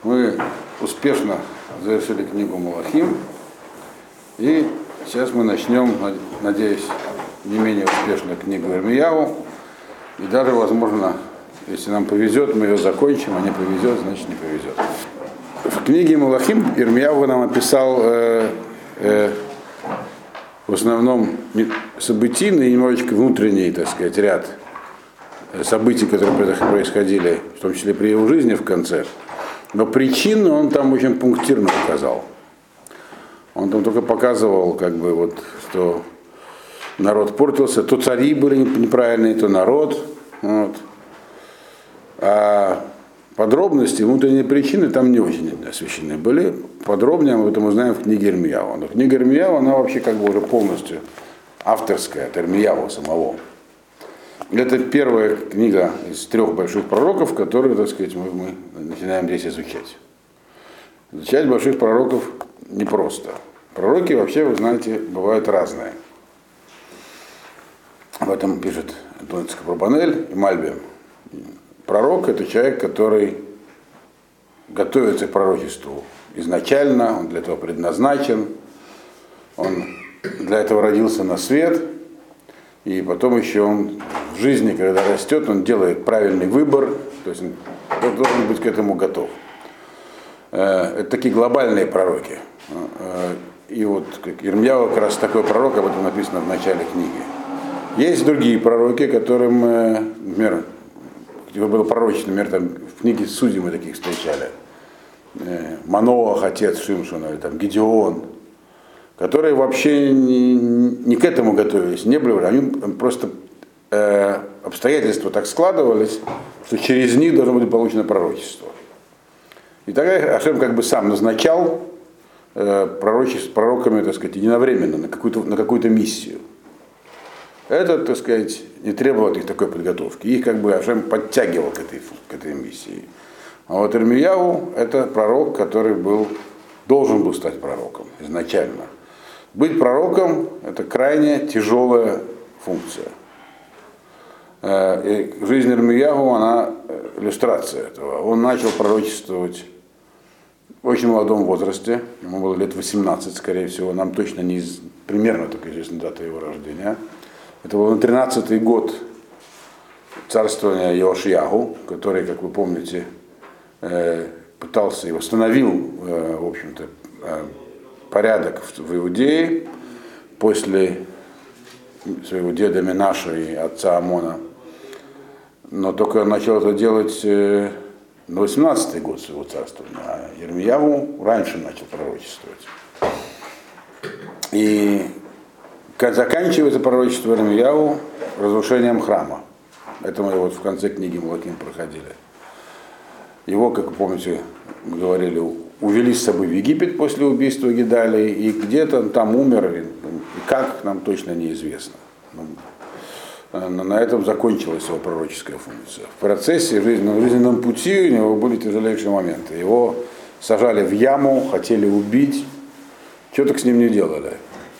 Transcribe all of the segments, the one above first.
Мы успешно завершили книгу Малахим, и сейчас мы начнем, надеюсь, не менее успешно книгу Ирмияу, и даже, возможно, если нам повезет, мы ее закончим, а не повезет, значит не повезет. В книге Малахим Ирмияу нам описал в основном событийный и немножечко внутренний, так сказать, ряд событий, которые происходили, в том числе при его жизни в конце. Но причину он там очень пунктирно указал. Он там только показывал, как бы, вот, что народ портился, то цари были неправильные, то народ. Вот. А подробности, внутренние причины там не очень освещены были. Подробнее мы об этом узнаем в книге Ирмияу. Но книга Ирмияу, она вообще как бы уже полностью авторская, от Ирмияу самого. Это первая книга из 3 больших пророков, которые, так сказать, мы начинаем здесь изучать. Изучать больших пророков непросто. Пророки вообще, вы знаете, бывают разные. Об этом пишет Антоницкий Прабанель и Мальбим. Пророк — это человек, который готовится к пророчеству изначально, он для этого предназначен, он для этого родился на свет, и потом еще он в жизни, когда растет, он делает правильный выбор, то есть он должен быть к этому готов. Это такие глобальные пророки. И вот как Ирмияу как раз такой пророк, об этом написано в начале книги. Есть другие пророки, которым, например, было пророчество, например, там, в книге Судей мы таких встречали. Маноах, отец Шимшона, или там Гедеон, которые вообще не к этому готовились, не были, они просто обстоятельства так складывались, что через них должно быть получено пророчество. И тогда Ашем как бы сам назначал пророками, так сказать, единовременно на какую-то миссию. Это, так сказать, не требовало от них такой подготовки. Их как бы Ашем подтягивал к этой миссии. А вот Ирмияу — это пророк, который должен был стать пророком изначально. Быть пророком — это крайне тяжелая функция. И жизнь Ирмияу, она иллюстрация этого. Он начал пророчествовать в очень молодом возрасте, ему было лет 18, скорее всего, нам точно примерно только известна дата его рождения. Это был 13-й год царствования Йошиягу, который, как вы помните, пытался и восстановил, в общем-то, порядок в Иудее после своего деда Менаша и отца Амона. Но только начал это делать на 18-й год своего царствования, а Ирмияу раньше начал пророчествовать. И заканчивается пророчество Ирмияу разрушением храма. Это мы вот в конце книги Малахим проходили. Его, как вы помните, говорили, увели с собой в Египет после убийства Гедалии, и где-то он там умер, и как, нам точно неизвестно. На этом закончилась его пророческая функция. В процессе на жизненном пути у него были тяжелейшие моменты. Его сажали в яму, хотели убить, что-то с ним не делали.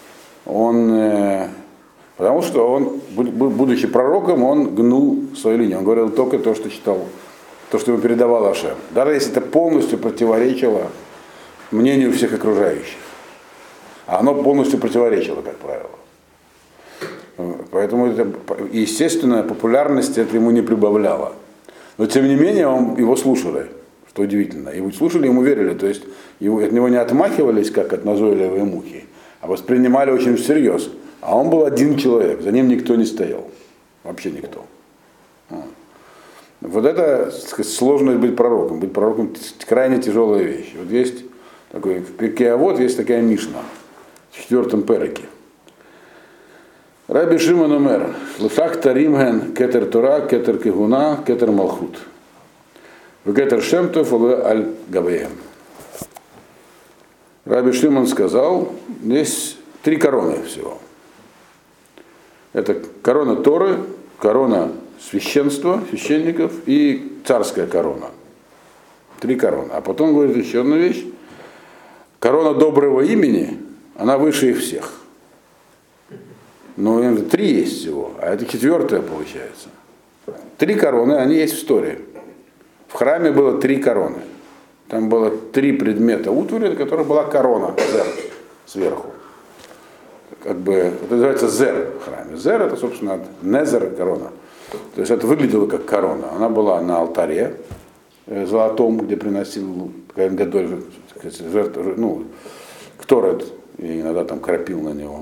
Потому что он, будучи пророком, он гнул свою линию. Он говорил только то, что читал, то, что ему передавал Ашем. Даже если это полностью противоречило мнению всех окружающих. А оно полностью противоречило, как правило. Поэтому, естественно, популярность это ему не прибавляло. Но, тем не менее, его слушали, что удивительно. Его слушали, ему верили. То есть от него не отмахивались, как от назойливой мухи, а воспринимали очень всерьез. А он был один человек, за ним никто не стоял. Вообще никто. Вот это, сказать, сложность быть пророком. Быть пророком крайне тяжелая вещь. Вот есть такой, в Пиркей Авот есть такая Мишна в 4 переке. Раби Шимон омер, шлифах таримген кетер Тора, кетер Кегуна, кетер Малхут. Кетер Шемтов аль Гавеем. Раби Шимон сказал, есть 3 короны всего. Это корона Торы, корона священства, священников и царская корона. 3 короны. А потом говорит еще одну вещь. Корона доброго имени, она выше их всех. Но 3 есть всего, а это 4-я получается. 3 короны, они есть в истории. В храме было 3 короны. Там было 3 предмета утвари, на которых была корона, зер, сверху. Как бы, это называется зер в храме. Зер это, собственно, незер, корона. То есть это выглядело как корона. Она была на алтаре золотом, где приносил Коэн Гадоль, ну, кторет, и иногда там крапил на него.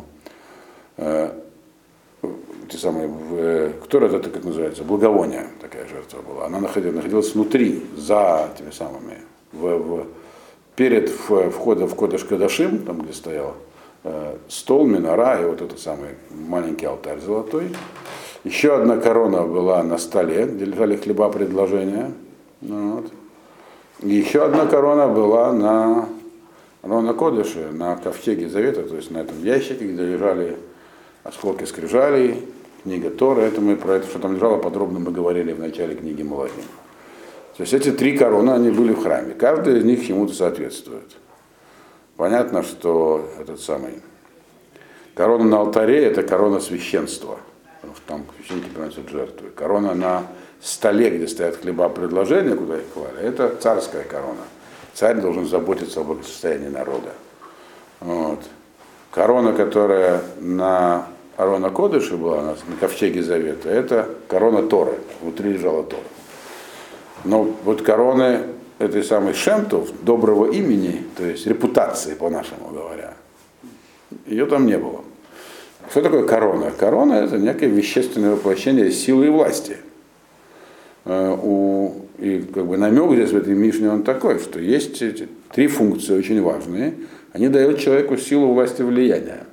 Те самые, кторет это как называется, благовония такая жертва была. Она находилась внутри, за теми самыми, перед входом в Кодеш Кодашим, там где стоял стол, минора и вот этот самый маленький алтарь золотой. Еще одна корона была на столе, где лежали хлеба предложения. Вот. И еще одна корона была на Кодеше, на ковчеге завета, то есть на этом ящике, где лежали осколки скрижалей, книга Торы. Это мы про это, что там лежало, подробно мы говорили в начале книги Малахим. То есть эти 3 короны, они были в храме. Каждая из них чему-то соответствует. Понятно, что этот самый корона на алтаре это корона священства. Потому что там священники приносят жертвы. Корона на столе, где стоят хлеба предложения, куда их клали, это царская корона. Царь должен заботиться о благосостоянии народа. Вот. Корона, которая на Арона Кодыше была, на ковчеге завета, это корона Торы. Внутри лежала Тора. Но вот короны этой самой Шемтов, доброго имени, то есть репутации, по-нашему говоря, ее там не было. Что такое корона? Корона это некое вещественное воплощение силы и власти. И как бы намек здесь в этой Мишне он такой, что есть эти 3 функции очень важные. Они дают человеку силу, власти, влияния.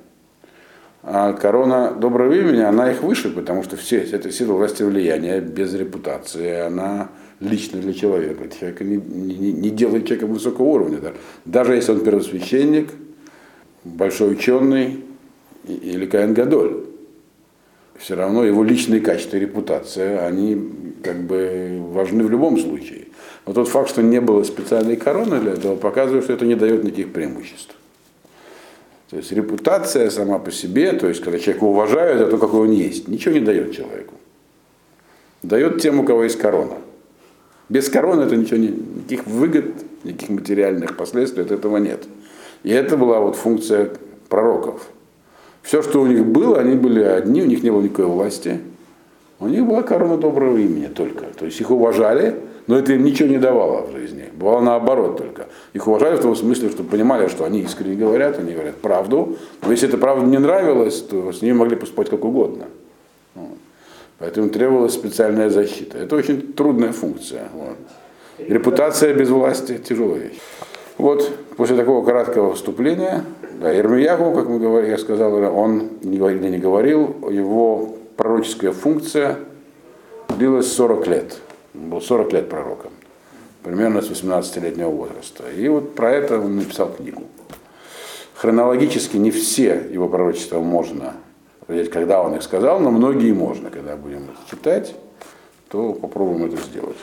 А корона доброго имени, она их выше, потому что все эта сила, власти, влияния без репутации, она лично для человека. Человек не делает человека высокого уровня. Даже если он первосвященник, большой ученый или Коэн Гадоль. Все равно его личные качества и репутация, они как бы важны в любом случае. Но тот факт, что не было специальной короны для этого, показывает, что это не дает никаких преимуществ. То есть репутация сама по себе, то есть когда человека уважают за то, какой он есть, ничего не дает человеку. Дает тем, у кого есть корона. Без короны это ничего никаких выгод, никаких материальных последствий от этого нет. И это была вот функция пророков. Все, что у них было, они были одни, у них не было никакой власти. У них была корона доброго имени только. То есть их уважали, но это им ничего не давало в жизни. Бывало наоборот только. Их уважали в том смысле, что понимали, что они искренне говорят, они говорят правду. Но если эта правда не нравилась, то с ними могли поступать как угодно. Вот. Поэтому требовалась специальная защита. Это очень трудная функция. Вот. Репутация без власти – тяжелая вещь. Вот, после такого краткого вступления, да, Ирмияху, как мы говорили, я сказал, он не говорил, его пророческая функция длилась 40 лет. Он был 40 лет пророком, примерно с 18-летнего возраста. И вот про это он написал книгу. Хронологически не все его пророчества можно понять, когда он их сказал, но многие можно. Когда будем их читать, то попробуем это сделать.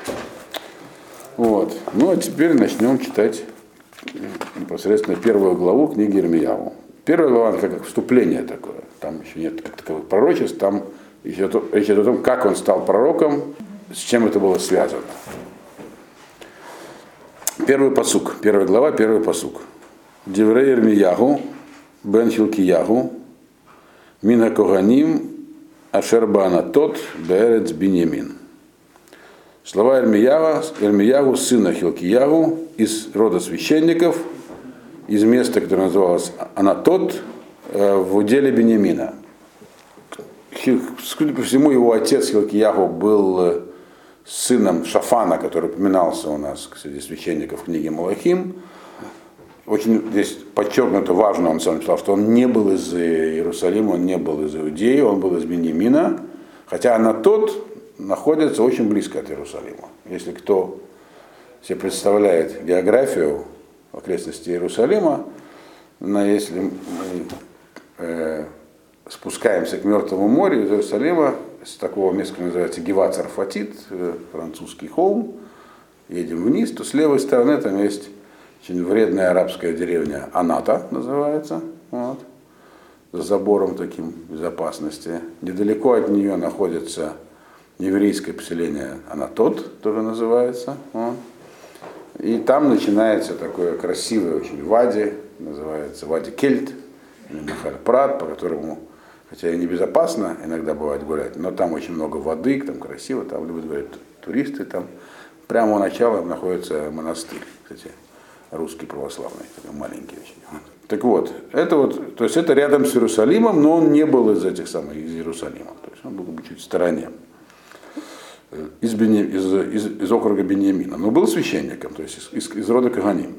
Вот. Ну а теперь начнем читать непосредственно 1 главу книги Ирмияу. 1 глава как вступление такое. Там еще нет как таковых пророчеств, там речь идет о том, как он стал пророком, с чем это было связано. Первый пасук, 1 глава, 1 пасук. Деврей Ирмияху, бен Хилкиягу, мин Коганим, ашер баанатот, беэрец биньямин. Слова Ирмиягу, сына Хилкиягу, из рода священников, из места, которое называлось Анатот, в уделе Биньямина. Судя по всему, его отец Хилкиягу был сыном Шафана, который упоминался у нас среди священников в книге Малахим. Очень здесь подчеркнуто важно, он сам написал, что он не был из Иерусалима, он не был из Иудеи, он был из Биньямина, хотя Анатот находится очень близко от Иерусалима. Если кто себе представляет географию окрестностей Иерусалима, если мы спускаемся к Мертвому морю из Иерусалима, с такого места, которое называется Геват-Царфатит, французский холм, едем вниз, то с левой стороны там есть очень вредная арабская деревня Аната, называется, вот, за забором таким безопасности. Недалеко от нее находится еврейское поселение Анатот, тоже называется. Вот. И там начинается такое красивое очень вади, называется Вади Кельт, или Махаль-Прат, по которому, хотя и небезопасно иногда бывает гулять, но там очень много воды, там красиво, там любят гулять туристы, там прямо у начала находится монастырь, кстати, русский православный, такой маленький очень. Так вот, то есть это рядом с Иерусалимом, но он не был из этих самых, из Иерусалима, то есть он был чуть в стороне. Из округа Беньямина, но был священником, то есть из рода Каганим.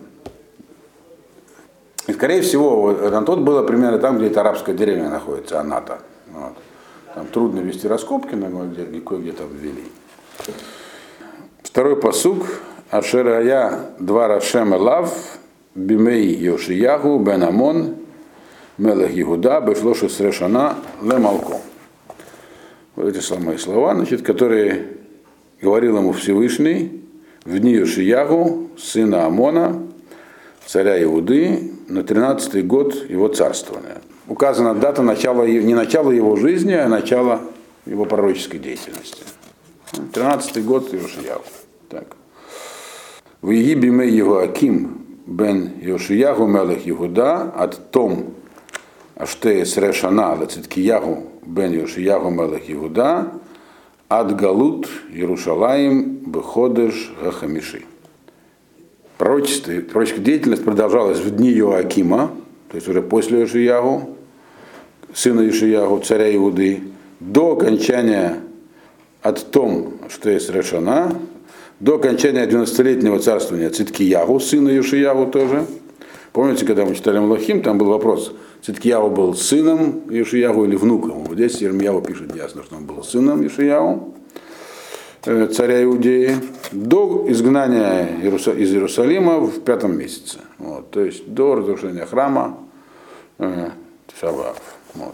И, скорее всего, Анатот было примерно там, где эта арабская деревня находится, Аната. Вот. Там трудно вести раскопки, но кое-где там ввели. Второй пасук. Ашерая два Рашем Элав, Бимей Йошиягу, Бен Амон, Мелех Иуда, Бешлоши Срешана, Лемалко. Вот эти самые слова, значит, которые говорил ему Всевышний в дни Йошиягу, сына Амона, царя Иуды, на 13-й год его царствования. Указана дата начала, не начала его жизни, а начала его пророческой деятельности. 13-й год Йошиягу. Так. В Егибиме его Аким бен Йошиягу мелех Иуда от том Аштея Срешана Лециткиягу бен Йошиягу мелех Иуда Ад Галут Иерушалаим Беходеш Гахамиши. Пророческая деятельность продолжалась в дни Йоакима, то есть уже после Йошиягу, сына Йошиягу, царя Иуды, до окончания от том, что есть Решана, до окончания 12-летнего царствования Циткиягу, сына Йошиягу тоже. Помните, когда мы читали Млахим, там был вопрос, Циткиягу был сыном Йошиягу или внуком. Вот здесь Ирмияу пишет ясно, что он был сыном Йошиягу, царя Иудеи, до изгнания из Иерусалима в 5-м месяце. Вот, то есть до разрушения храма Шавав. Вот.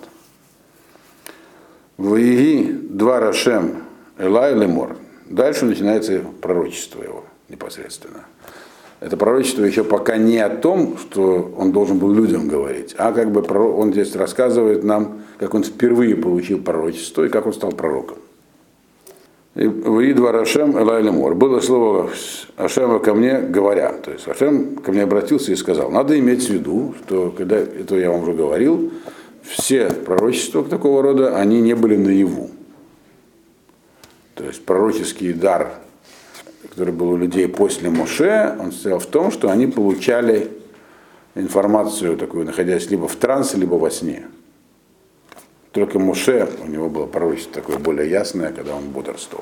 Ваиги два Рашем Элай Лемор. Дальше начинается пророчество его непосредственно. Это пророчество еще пока не о том, что он должен был людям говорить, а как бы он здесь рассказывает нам, как он впервые получил пророчество и как он стал пророком. Ваидва Рашем Элай Лемор. Было слово Ашема ко мне говоря. То есть Ашем ко мне обратился и сказал, надо иметь в виду, что когда это я вам уже говорил, все пророчества такого рода, они не были наяву. То есть пророческий дар, который был у людей после Моше, он состоял в том, что они получали информацию такую, находясь либо в трансе, либо во сне. Только Моше, у него было пророчество такое более ясное, когда он бодрствовал.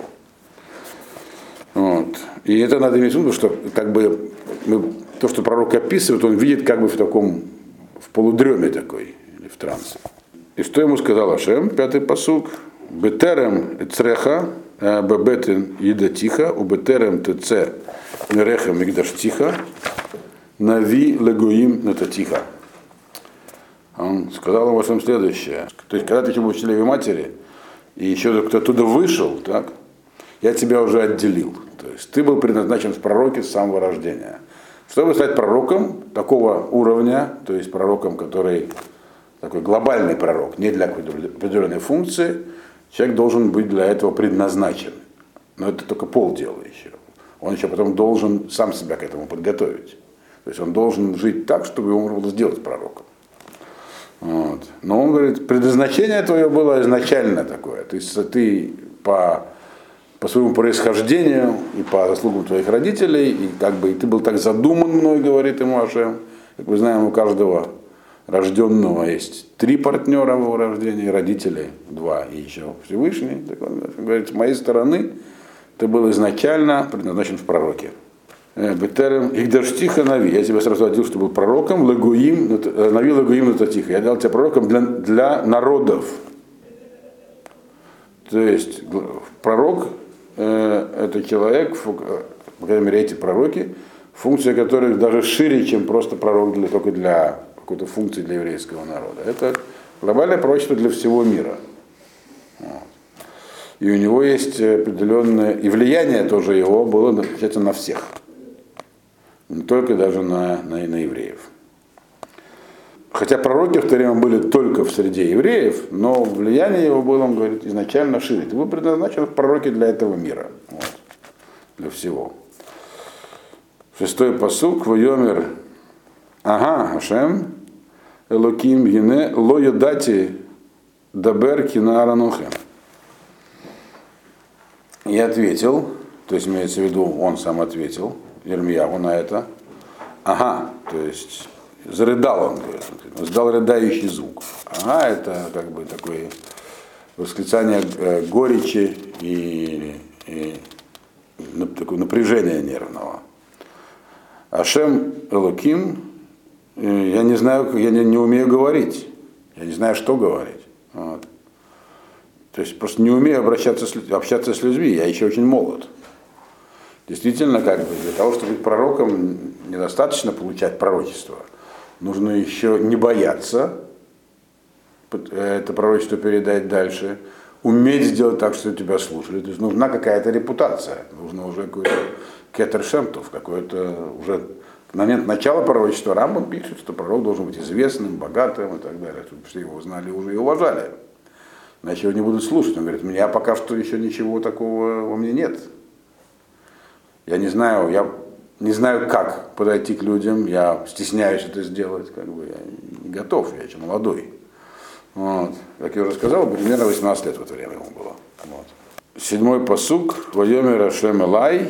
Вот. И это надо иметь в виду, что как бы то, что пророк описывает, он видит как бы в полудреме такой, или в трансе. И что ему сказал Ашем, 5-й пасук, Бетерем эцреха, бебетен едатиха, у бетерем тц нереха мигдаштиха, нави легоим нататиха. Он сказал ему всем следующее. То есть, когда ты еще был в чреве матери, и еще кто оттуда вышел, так, я тебя уже отделил. То есть ты был предназначен в пророке с самого рождения. Чтобы стать пророком такого уровня, то есть пророком, который такой глобальный пророк, не для какой-то определенной функции, человек должен быть для этого предназначен. Но это только полдела еще. Он еще потом должен сам себя к этому подготовить. То есть он должен жить так, чтобы его можно было сделать пророком. Вот. Но он говорит, предназначение твое было изначально такое. То есть ты по своему происхождению и по заслугам твоих родителей, и как бы и ты был так задуман мной, говорит ему Ашем. Как мы знаем, у каждого рожденного есть 3 партнера в его рождении, родителей 2 и еще Всевышний. Так он говорит, с моей стороны ты был изначально предназначен в пророке. Бетерем Игдаштиха Нави. Я тебя сразу родил, что был пророком, Нави Лагуим Нататиха. Я дал тебя пророком для народов. То есть пророк это человек, по крайней мере, эти пророки, функция которых даже шире, чем просто пророк только для какой-то функции для еврейского народа. Это глобальное пророчество для всего мира. Вот. И у него есть определенное, и влияние тоже его было на всех. Не только даже на евреев. Хотя пророки в то время были только в среде евреев, но влияние его было, он говорит, изначально шире. Ты был предназначен в пророке для этого мира. Вот. Для всего. Шестой пасук, Вайомер, ага, Ашем, Элоким, Гине, Ло Йодати, Дабер, Кина Аранухем. И ответил, то есть имеется в виду, он сам ответил, Ирмияву на это. Ага, то есть зарыдал он, говорит, издал рыдающий звук. Ага, это как бы такое восклицание горечи и такое напряжение нервного. Ашем Элоким, я не знаю, я не умею говорить, я не знаю, что говорить. Вот. То есть просто не умею общаться с людьми, я еще очень молод. Действительно, как бы для того, чтобы быть пророком, недостаточно получать пророчество. Нужно еще не бояться это пророчество передать дальше, уметь сделать так, что тебя слушали. То есть нужна какая-то репутация, нужно уже какой-то кетер шемтов, какой-то уже в момент начала пророчества Рамбам пишет, что пророк должен быть известным, богатым и так далее, чтобы все его знали уже и уважали. Иначе его не будут слушать. Он говорит, у меня пока что еще ничего такого во мне нет. Я не знаю, как подойти к людям, я стесняюсь это сделать, как бы я не готов, я еще молодой. Вот. Как я уже сказал, примерно 18 лет в это время ему было. Вот. Седьмой пасук, Вайомер Ашем Элай,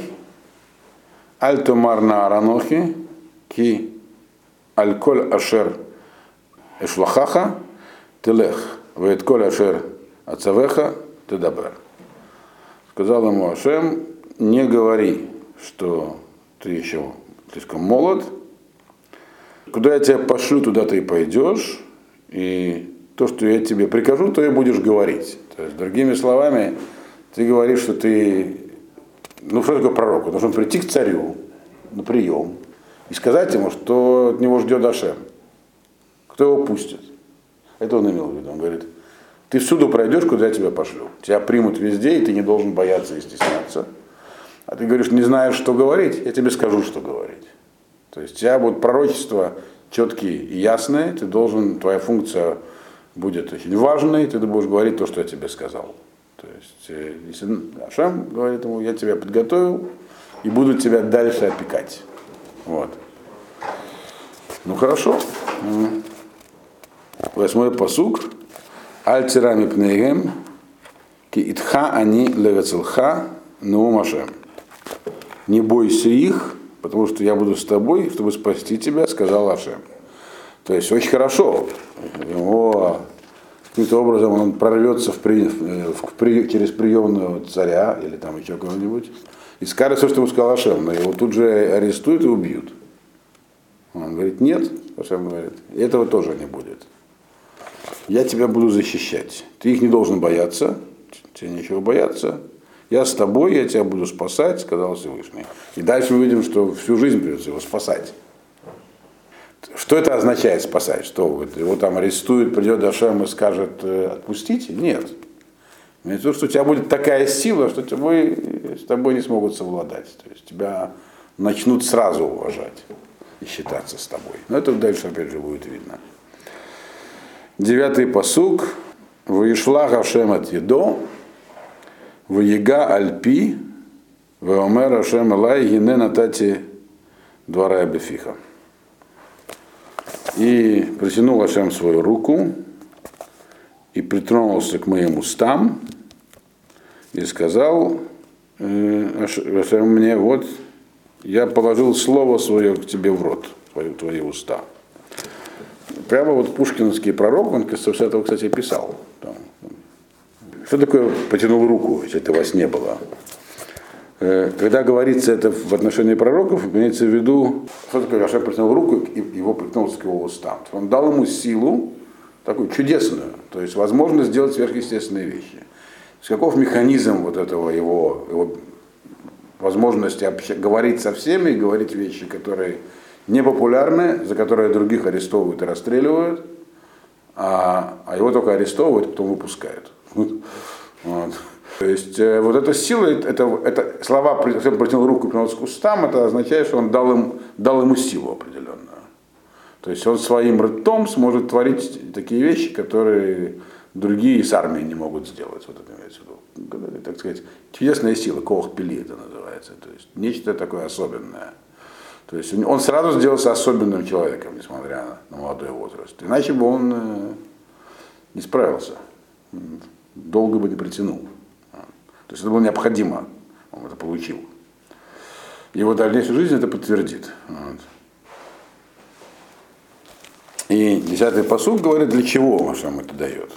Аль Томар на Аранохи, Ки Аль Коль Ашер Эшлахаха, Телех, Ваэт Коль Ашер Ацавеха, Тедабер. Сказал ему Ашем, не говори, что ты еще слишком молод, куда я тебя пошлю, туда ты и пойдешь, и то, что я тебе прикажу, то и будешь говорить. То есть, другими словами, ты говоришь, что ты, что такое пророк? Он должен прийти к царю на прием и сказать ему, что от него ждет Ашем, кто его пустит. Это он имел в виду. Он говорит, ты всюду пройдешь, куда я тебя пошлю. Тебя примут везде, и ты не должен бояться и стесняться. А ты говоришь, не знаешь, что говорить, я тебе скажу, что говорить. То есть у тебя будут пророчества четкие и ясные, твоя функция будет очень важной, ты будешь говорить то, что я тебе сказал. То есть, если Ашем говорит ему, я тебя подготовил и буду тебя дальше опекать. Вот. Ну хорошо. Восьмой пасук. Аль-Тирами пнейгем, ки итха они легацилха нуум Ашем. Не бойся их, потому что я буду с тобой, чтобы спасти тебя, сказал Ашем. То есть очень хорошо. Его каким-то образом он прорвется через приемного царя или там еще кого-нибудь и скажет все, что ему сказал Ашем, но его тут же арестуют и убьют. Он говорит, нет, Ашем говорит, этого тоже не будет. Я тебя буду защищать. Ты их не должен бояться, тебе нечего бояться. Я с тобой, я тебя буду спасать, сказал Всевышний. И дальше мы видим, что всю жизнь придется его спасать. Что это означает спасать? Что его там арестуют, придет Ашем и скажет отпустите? Нет. Имеется в виду, что у тебя будет такая сила, что с тобой не смогут совладать. То есть тебя начнут сразу уважать и считаться с тобой. Но это дальше опять же будет видно. Девятый пасук. Ваишлах Ашем от Едо, Ваига Альпи, Ваомер Ашем Элай, Гине Натати Двора Бефиха. И протянул Ашем свою руку и притронулся к моим устам и сказал Ашем мне, вот я положил слово свое к тебе в рот, твои уста. Прямо вот пушкинский пророк, он все это, кстати, писал. Что такое потянул руку, если это у вас не было? Когда говорится это в отношении пророков, имеется в виду, что такое, Ашем протянул руку и его прикнулся к его устам. Он дал ему силу, такую чудесную, то есть возможность сделать сверхъестественные вещи. Каков механизм вот этого его возможности говорить со всеми, говорить вещи, которые непопулярны, за которые других арестовывают и расстреливают, а его только арестовывают, потом выпускают. Вот. То есть вот эта сила, это слова протянул руку и принес к устам, это означает, что он дал ему силу определенную. То есть он своим ртом сможет творить такие вещи, которые другие с армией не могут сделать. Вот это имеется в виду. Так сказать, чудесная сила, коах пили это называется. То есть нечто такое особенное. То есть он сразу сделался особенным человеком, несмотря на молодой возраст. Иначе бы он не справился, долго бы не притянул. То есть это было необходимо, он это получил. Его дальнейшая жизнь это подтвердит. И 10-й пасук говорит, для чего Машем это дает.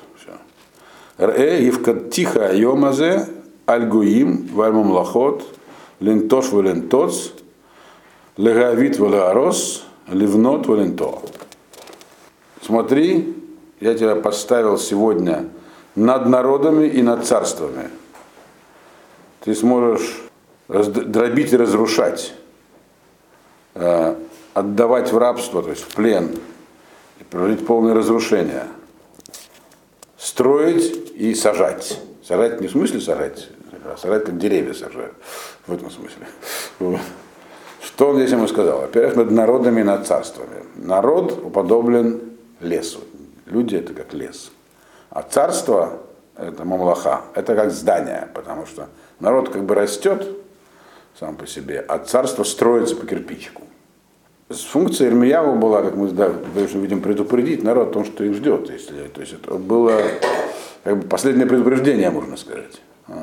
Евкатиха йомазе аль-гуим вальмам лахот лентош валентоц легавит валеарос ливнот валенто. Смотри, я тебя поставил сегодня над народами и над царствами. Ты сможешь дробить и разрушать, отдавать в рабство, то есть в плен, и проводить полное разрушение, строить и сажать. Сажать не в смысле сажать, а сажать как деревья сажают, в этом смысле. Что он здесь ему сказал? Во-первых, над народами и над царствами. Народ уподоблен лесу. Люди это как лес. А царство, это мамлаха, это как здание, потому что народ как бы растет сам по себе, а царство строится по кирпичику. Функция Ирмияву была, как мы дальше видим, предупредить народ о том, что их ждет. То есть это было как бы последнее предупреждение, можно сказать.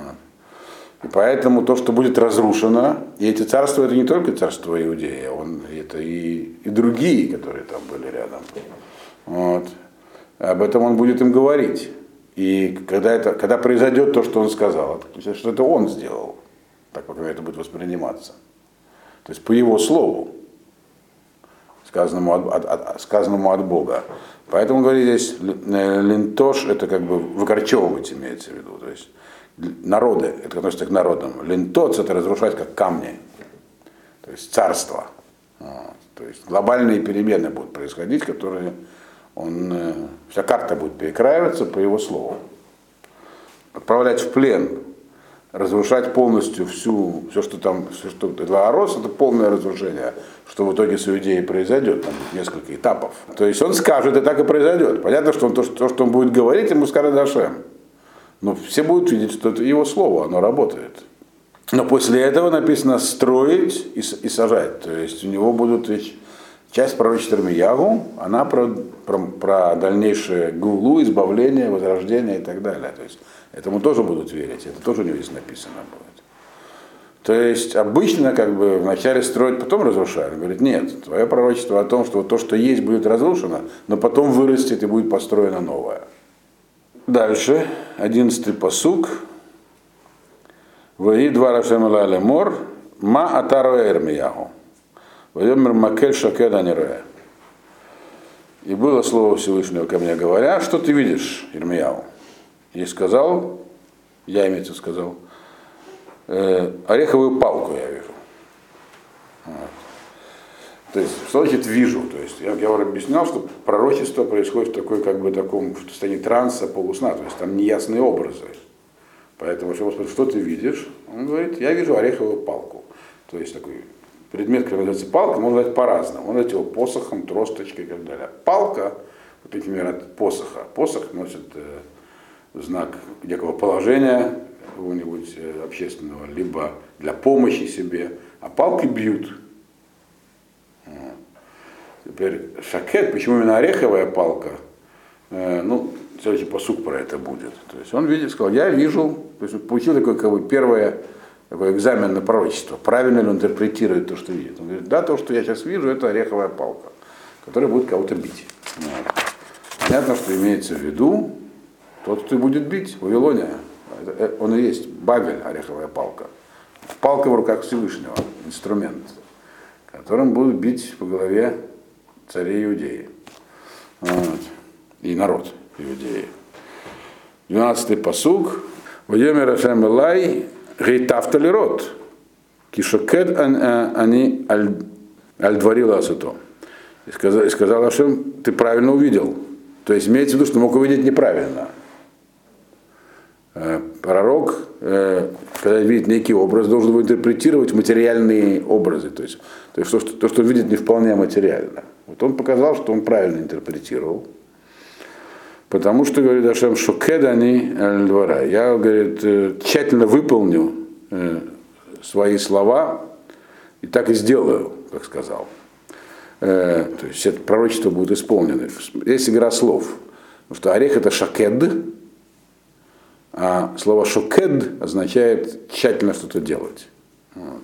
И поэтому то, что будет разрушено, и эти царства, это не только царство Иудеи, это и другие, которые там были рядом. Вот. Об этом он будет им говорить. И когда произойдет то, что он сказал, что это он сделал, так как это будет восприниматься. То есть по его слову, сказанному от Бога. Поэтому, говорит здесь, лентош, это как бы выкорчевывать имеется в виду. То есть народы, это относится к народам. Лентоц, это разрушать как камни. То есть царство. То есть глобальные перемены будут происходить, которые вся карта будет перекраиваться по его слову. Отправлять в плен, разрушать полностью все, что там, это Арос, это полное разрушение, что в итоге с Иудеей произойдет, там несколько этапов. То есть он скажет, и так и произойдет. Понятно, что то, что он будет говорить, ему скажет Ашем. Но все будут видеть, что это его слово, оно работает. Но после этого написано строить и сажать. То есть у него будут часть пророчества Ирмиягу, она про дальнейшее гулу, избавление, возрождение и так далее. То есть этому тоже будут верить, это тоже у него здесь написано будет. То есть обычно как бы вначале строят, потом разрушают. Он говорит, нет, твое пророчество о том, что вот то, что есть, будет разрушено, но потом вырастет и будет построено новое. Дальше, 11-й пасук. Ваи два Рашем Элай Мор, ма атаро Ирмиягу. Вайомер макель шакеда нероя. И было слово Всевышнего ко мне, говоря, что ты видишь, Ирмияу? И сказал, я имеется сказал, ореховую палку я вижу. Вот. То есть, что значит вижу? То есть, я уже объяснял, что пророчество происходит в таком состоянии транса, полусна, то есть там неясные образы. Поэтому, если он спрашивает, что ты видишь? Он говорит, я вижу ореховую палку. То есть такой предмет, который называется палка, можно назвать по-разному. Он называет его посохом, тросточкой и так далее. Палка, вот, например, от посоха. Посох носит знак некого положения какого-нибудь общественного, либо для помощи себе, а палки бьют. Теперь шакет, почему именно ореховая палка? Следующий пасук про это будет. То есть он видит, сказал, я вижу, то есть он получил такой экзамен на пророчество, правильно ли он интерпретирует то, что видит. Он говорит, да, то, что я сейчас вижу, это ореховая палка, которая будет кого-то бить. Понятно, что имеется в виду тот, кто будет бить, Вавилония. Он и есть Бавель, ореховая палка. Палка в руках Всевышнего, инструмент, которым будут бить по голове царей Иудеи. Вот. И народ Иудеи. 12-й пасук. Вайомер Ашем Элай гейтавталирот. Кишокед они аль-дварила асуто. И сказал Ашем, ты правильно увидел. То есть имеется в виду, что мог увидеть неправильно. Пророк, когда видит некий образ, должен его интерпретировать материальные образы. То есть то, что видит, не вполне материально. Вот он показал, что он правильно интерпретировал. Потому что, говорит Ашем, шокедани аль-двара. Я, говорит, тщательно выполню свои слова и так и сделаю. как сказал. То есть все пророчества будут исполнены. Есть игра слов. Потому что орех это шакед, а слово шокед означает тщательно что-то делать. Вот.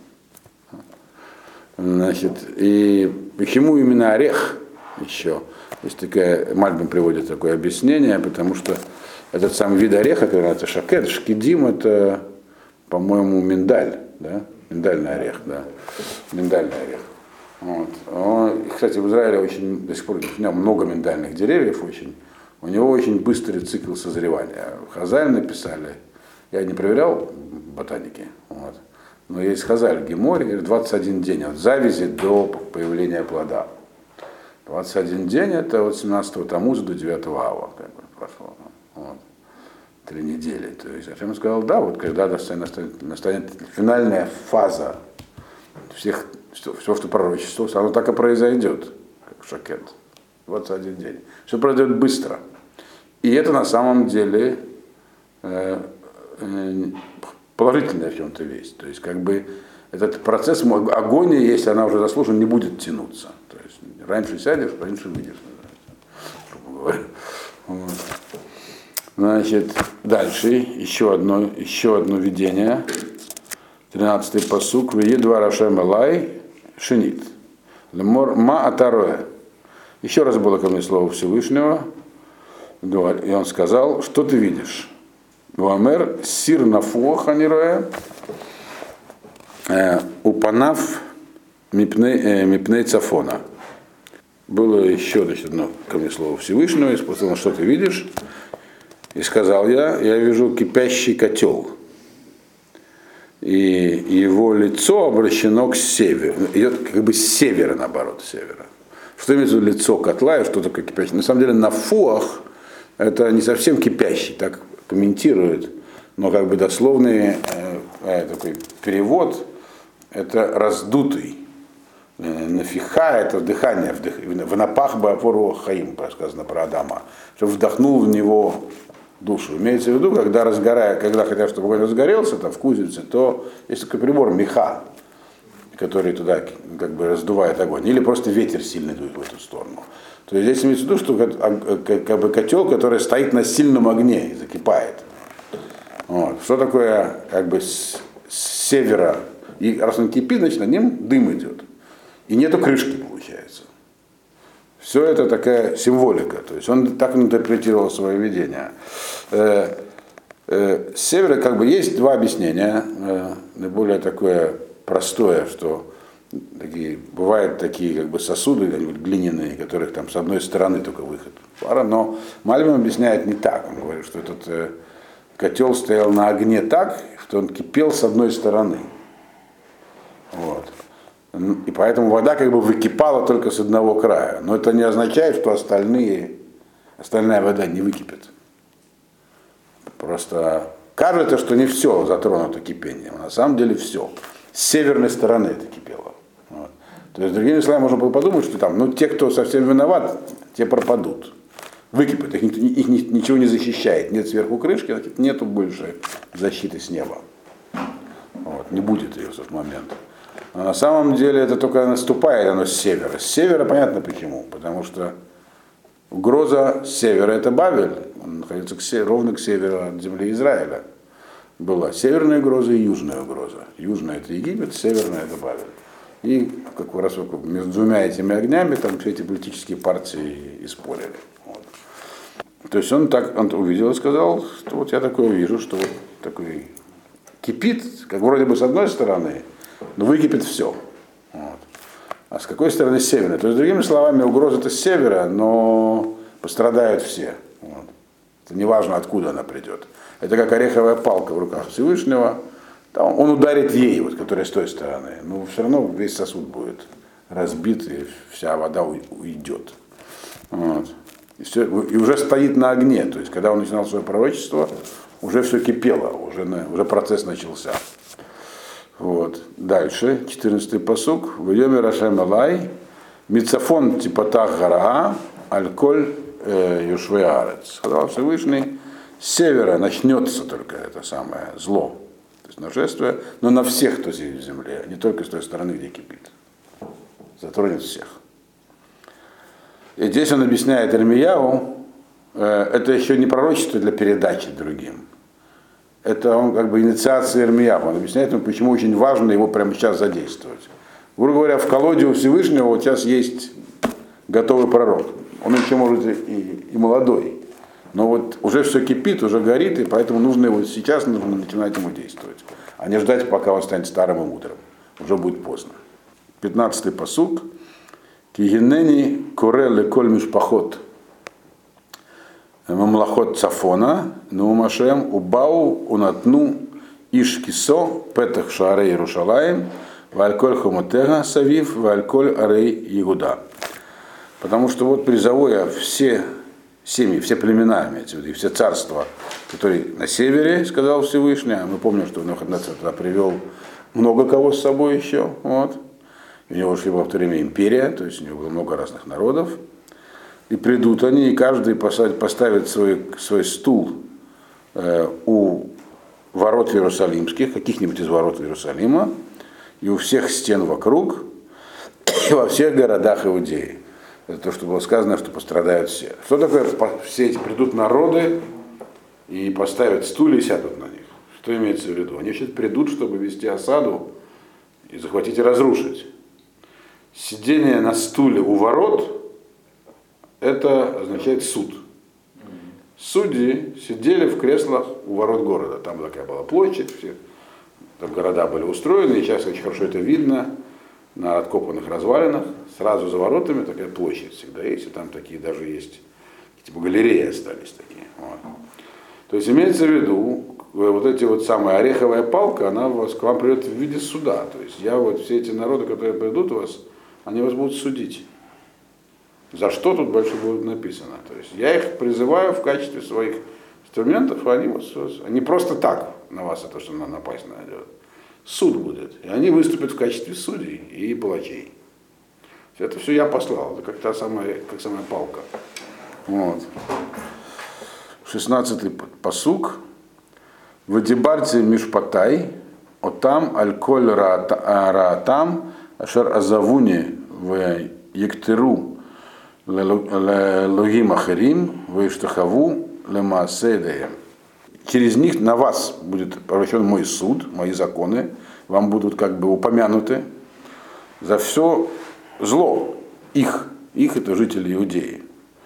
Значит, и почему именно орех еще? Есть такая, Мальбим приводит такое объяснение, потому что этот самый вид ореха, который называется шакед, шкидим, это, по-моему, миндаль, да? Миндальный орех, да. Миндальный орех. Вот. Кстати, в Израиле очень, до сих пор у него много миндальных деревьев очень. У него очень быстрый цикл созревания. Хазаль написали, я не проверял ботаники, вот. Но есть Хазаль, Геморе, 21 день от завязи до появления плода. 21 день это от 17 Тамуза до 9 Ава, как бы прошло. Вот. 3 недели. То есть Ашем сказал, да, вот когда настанет финальная фаза всех, все, что пророчествовалось, оно так и произойдет, как шакет. 21 день. Все произойдет быстро. И это на самом деле положительная в чем-то вещь. То есть как бы этот процесс агонии, если она уже заслужена, не будет тянуться. То есть раньше сядешь, раньше выйдешь. Грубо говоря. Вот. Значит, дальше еще одно видение. 13-й пасук. Веедва Рашем Элай Шинит. Лемор ма атароэ. Еще раз было ко мне слово Всевышнего. И он сказал, что ты видишь? Вамер сир нафуах анироэ. Упанав мипней цафона. Было еще одно ко мне слово Всевышнего. И спросил, что ты видишь? И сказал я вижу кипящий котел. И его лицо обращено к северу. Идет как бы с севера, наоборот, с севера. Что имеется в виду лицо котла и что такое кипящий? На самом деле на фуах это не совсем кипящий, так комментируют, но как бы дословный такой перевод это раздутый. Нафиха это дыхание, в напах бы опору хаим, сказано про Адама, чтобы вдохнул в него душу. Имеется в виду, когда хотят, чтобы огонь разгорелся, там, в кузнице, то есть такой прибор меха, который туда как бы раздувает огонь, или просто ветер сильный дует в эту сторону. То есть здесь имеется в виду, что как бы котел, который стоит на сильном огне и закипает. Вот. Что такое как бы с севера, и раз он кипит, значит на нем дым идет. И нету крышки, получается. Все это такая символика. То есть он так интерпретировал свое видение. С севера как бы есть два объяснения. Наиболее такое простое, что бывают такие как бы сосуды глиняные, которых там с одной стороны только выход пара, но Мальбим объясняет не так. Он говорит, что этот котел стоял на огне так, что он кипел с одной стороны. Вот. И поэтому вода как бы выкипала только с одного края. Но это не означает, что остальная вода не выкипит. Просто кажется, что не все затронуто кипением. На самом деле все. С северной стороны это кипело. Вот. То есть, другими словами, можно было подумать, что там, те, кто совсем виноват, те пропадут. Выкипят, их ничего не защищает. Нет сверху крышки, значит, нету больше защиты с неба. Вот. Не будет ее в тот момент. Но на самом деле это только наступает оно с севера. С севера понятно почему. Потому что угроза с севера это Бавель. Он находится ровно к северу от земли Израиля. Была северная угроза и южная угроза. Южная это Египет, северная это Бавель. И как раз между двумя этими огнями там все эти политические партии и спорили. Вот. То есть он увидел и сказал, что вот я такое вижу, что вот такой кипит, как вроде бы с одной стороны, но выкипит все. Вот. А с какой стороны с севера? То есть, другими словами, угроза-то с севера, но пострадают все. Вот. Это не важно, откуда она придет. Это как ореховая палка в руках Всевышнего. Там он ударит ей, вот, которая с той стороны. Но все равно весь сосуд будет разбит, и вся вода уйдет. Вот. И уже стоит на огне. То есть, когда он начинал свое пророчество, уже все кипело, уже процесс начался. Вот. Дальше, 14-й пасук. Вайоме Рашем Элай, Мицафон типатах гараа, аль-коль юшвей арец. Сказал Всевышний, с севера начнется только это самое зло, то есть нашествие, но на всех, кто сидит в земле, а не только с той стороны, где кипит. затронет всех. И здесь он объясняет Ирмияу, это еще не пророчество для передачи другим. Это он как бы инициация Ирмияу. Он объясняет ему, почему очень важно его прямо сейчас задействовать. Грубо говоря, в колоде у Всевышнего вот сейчас есть готовый пророк. Он еще может и молодой. Но вот уже все кипит, уже горит, и поэтому нужно его сейчас нужно начинать ему действовать. А не ждать, пока он станет старым и мудрым. Уже будет поздно. 15-й пасук. Кигинени кореле коль мишпахот. Мамлахот цафона, нумашем, убау, унатну, ишкисо, петах шаарей Иерушалаим, вальколь хомотега савив, вальколь арей Ягуда. Потому что вот призову я все семьи, все племена, имеется в виду, и все царства, которые на севере, сказал Всевышний, мы помним, что Навуходоносор туда привел много кого с собой еще, вот. У него же была в то время империя, то есть у него было много разных народов. И придут они, и каждый поставит свой стул у ворот Иерусалимских, каких-нибудь из ворот Иерусалима, и у всех стен вокруг, и во всех городах Иудеи. Это то, что было сказано, что пострадают все. Что такое все эти придут народы и поставят стулья и сядут на них? Что имеется в виду? Они сейчас придут, чтобы вести осаду и захватить и разрушить. Сидение на стуле у ворот это означает суд. Судьи сидели в креслах у ворот города. Там такая была площадь, все, там города были устроены, и сейчас очень хорошо это видно на откопанных развалинах. Сразу за воротами такая площадь всегда есть, и там такие даже есть, типа галереи остались такие. Вот. То есть имеется в виду, вот эти вот самая ореховая палка, она к вам придет в виде суда. То есть я вот все эти народы, которые придут у вас, они вас будут судить. За что тут больше будет написано. То есть я их призываю в качестве своих инструментов, а они просто так на вас это, что напасть найдет. Суд будет. И они выступят в качестве судей и палачей. Это все я послал. Это как самая палка. Вот. 16-й пасук. Вадибарти мишпатай, отам аль-коль раатам, ашер азавуни в ектеру логим ахарим, вейштахаву лемааседеем. Через них на вас будет обращен мой суд, мои законы, вам будут как бы упомянуты за все зло их это жители Иудеи.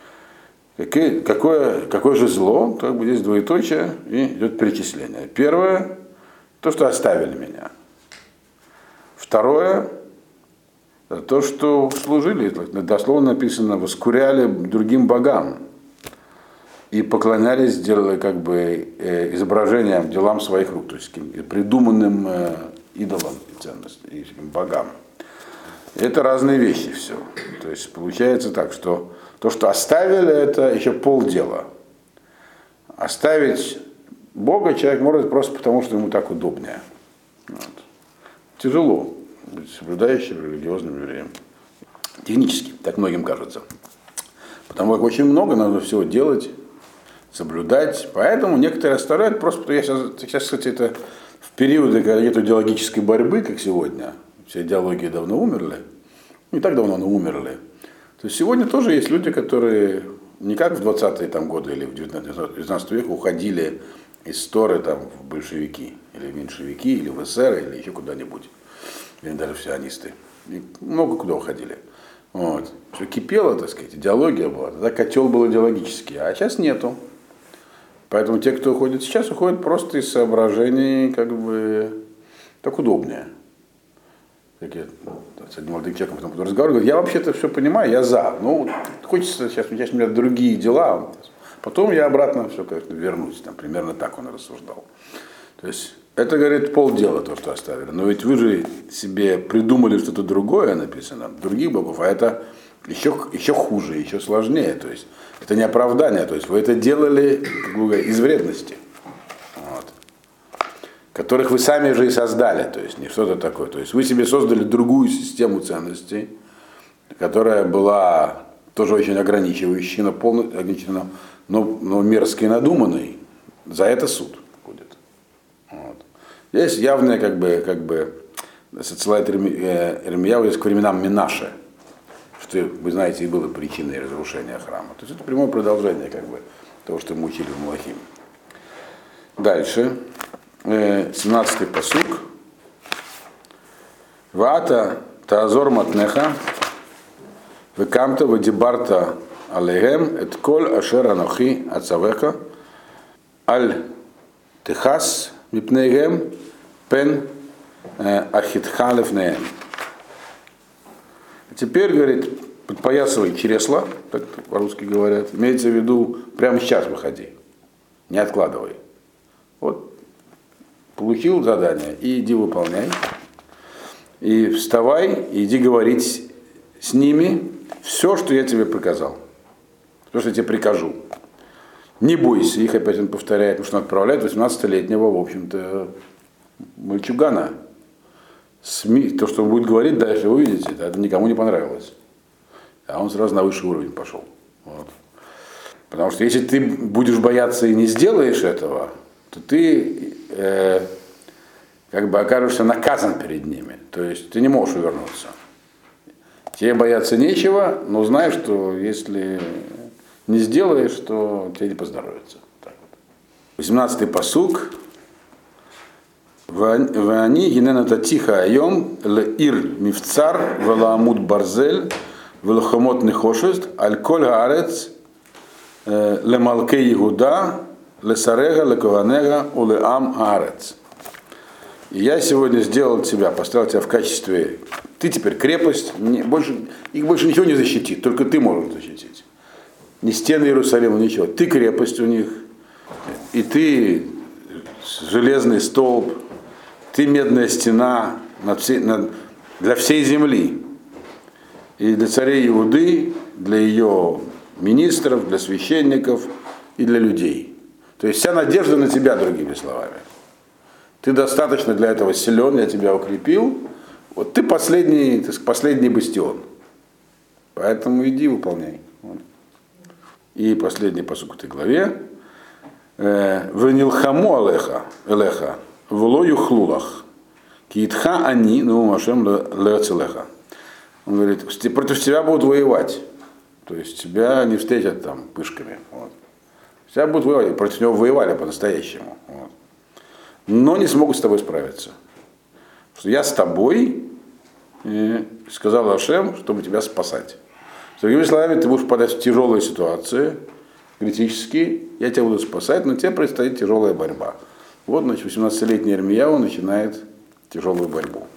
Какое же зло? Как бы здесь двоеточие и идет перечисление. Первое, то, что оставили меня. Второе, то, что служили, дословно написано, воскуряли другим богам и поклонялись, делали как бы изображением делам своих рук, то есть придуманным идолам и ценностям, и богам. Это разные вещи все. То есть получается так, что то, что оставили, это еще полдела. Оставить Бога человек может просто потому, что ему так удобнее. Вот. Тяжело быть соблюдающим религиозным евреем. Технически, так многим кажется. Потому как очень много надо всего делать, соблюдать. Поэтому некоторые оставляют просто, потому что сейчас, кстати, это в периоды, когда нет идеологической борьбы, как сегодня, все идеологии давно умерли, не так давно, но умерли. То есть сегодня тоже есть люди, которые не как в 20-е там, годы или в 19 веке уходили из Торы там, в большевики, или в меньшевики, или в эсеры, или еще куда-нибудь. Или даже в сионисты. И много куда уходили. Вот. Все кипело, так сказать, идеология была. Тогда котел был идеологический, а сейчас нету. Поэтому те, кто уходит сейчас, уходят просто из соображений, как бы, так удобнее. С одним молодым человеком потом разговариваю, говорит, я вообще-то все понимаю, я за. Ну, хочется сейчас, у меня другие дела. Потом я обратно все, конечно, вернусь. Там, примерно так он рассуждал. То есть, это, говорит, полдела то, что оставили. Но ведь вы же себе придумали что-то другое написано, других богов, а это еще хуже, еще сложнее. То есть, это не оправдание. То есть, вы это делали, как бы, из вредности. Вот. Которых вы сами же и создали, то есть не что-то такое. То есть вы себе создали другую систему ценностей, которая была тоже очень ограничивающей, но мерзко и надуманной. За это суд будет. Вот. Здесь явное, как бы ссылает Ирмияу к временам Менаше. что, вы знаете, и было причиной разрушения храма. То есть это прямое продолжение как бы того, что мы учили в Малахим. Дальше, 17-й пасук. Ваата таазор матнеха, векамта вадибарта алейгем, эт коль ашер анохи ацавеха, аль техас мипнейгем, пен ахитха лефнеем. Теперь, говорит, подпоясывай чресла, так по-русски говорят, имеется в виду, прямо сейчас выходи, не откладывай. Вот, получил задание, и иди выполняй. И вставай, и иди говорить с ними все, что я тебе приказал. Все, что я тебе прикажу. Не бойся, их опять он повторяет, потому что он отправляет 18-летнего, в общем-то, мальчугана. То, что он будет говорить дальше, вы увидите, это никому не понравилось. А он сразу на высший уровень пошел. Вот. Потому что если ты будешь бояться и не сделаешь этого, то ты как бы окажешься наказан перед ними. То есть ты не можешь увернуться. Тебе бояться нечего, но знай, что если не сделаешь, то тебе не поздоровится. 18-й пасук. Вани гинената тиха айом леир мифцар велаамут барзель велхомот нехошест аль коль гаарец лемалке Иуда лесарега лекованега улеам гаарец. И я сегодня сделал тебя, поставил тебя в качестве, ты теперь крепость, их больше ничего не защитит, только ты можешь защитить. Ни стены Иерусалима, ничего. Ты крепость у них, и ты железный столб, ты медная стена для всей земли. И для царей Иуды, для ее министров, для священников и для людей. То есть вся надежда на тебя, другими словами. Ты достаточно для этого силен, я тебя укрепил. Вот ты последний бастион. Поэтому иди выполняй. И последний пасук в этой главе. Венилхаму элеха, вло юхлулах, киитха они, наумашем лецелеха. Он говорит, против тебя будут воевать. То есть тебя не встретят там пышками. Вот. Тебя будут воевать. Против него воевали по-настоящему. Вот. Но не смогут с тобой справиться. Что я с тобой, сказал Ашем, чтобы тебя спасать. С другими словами, ты будешь попадать в тяжелые ситуации, критические, я тебя буду спасать, но тебе предстоит тяжелая борьба. Вот, значит, 18-летний Ирмияу начинает тяжелую борьбу.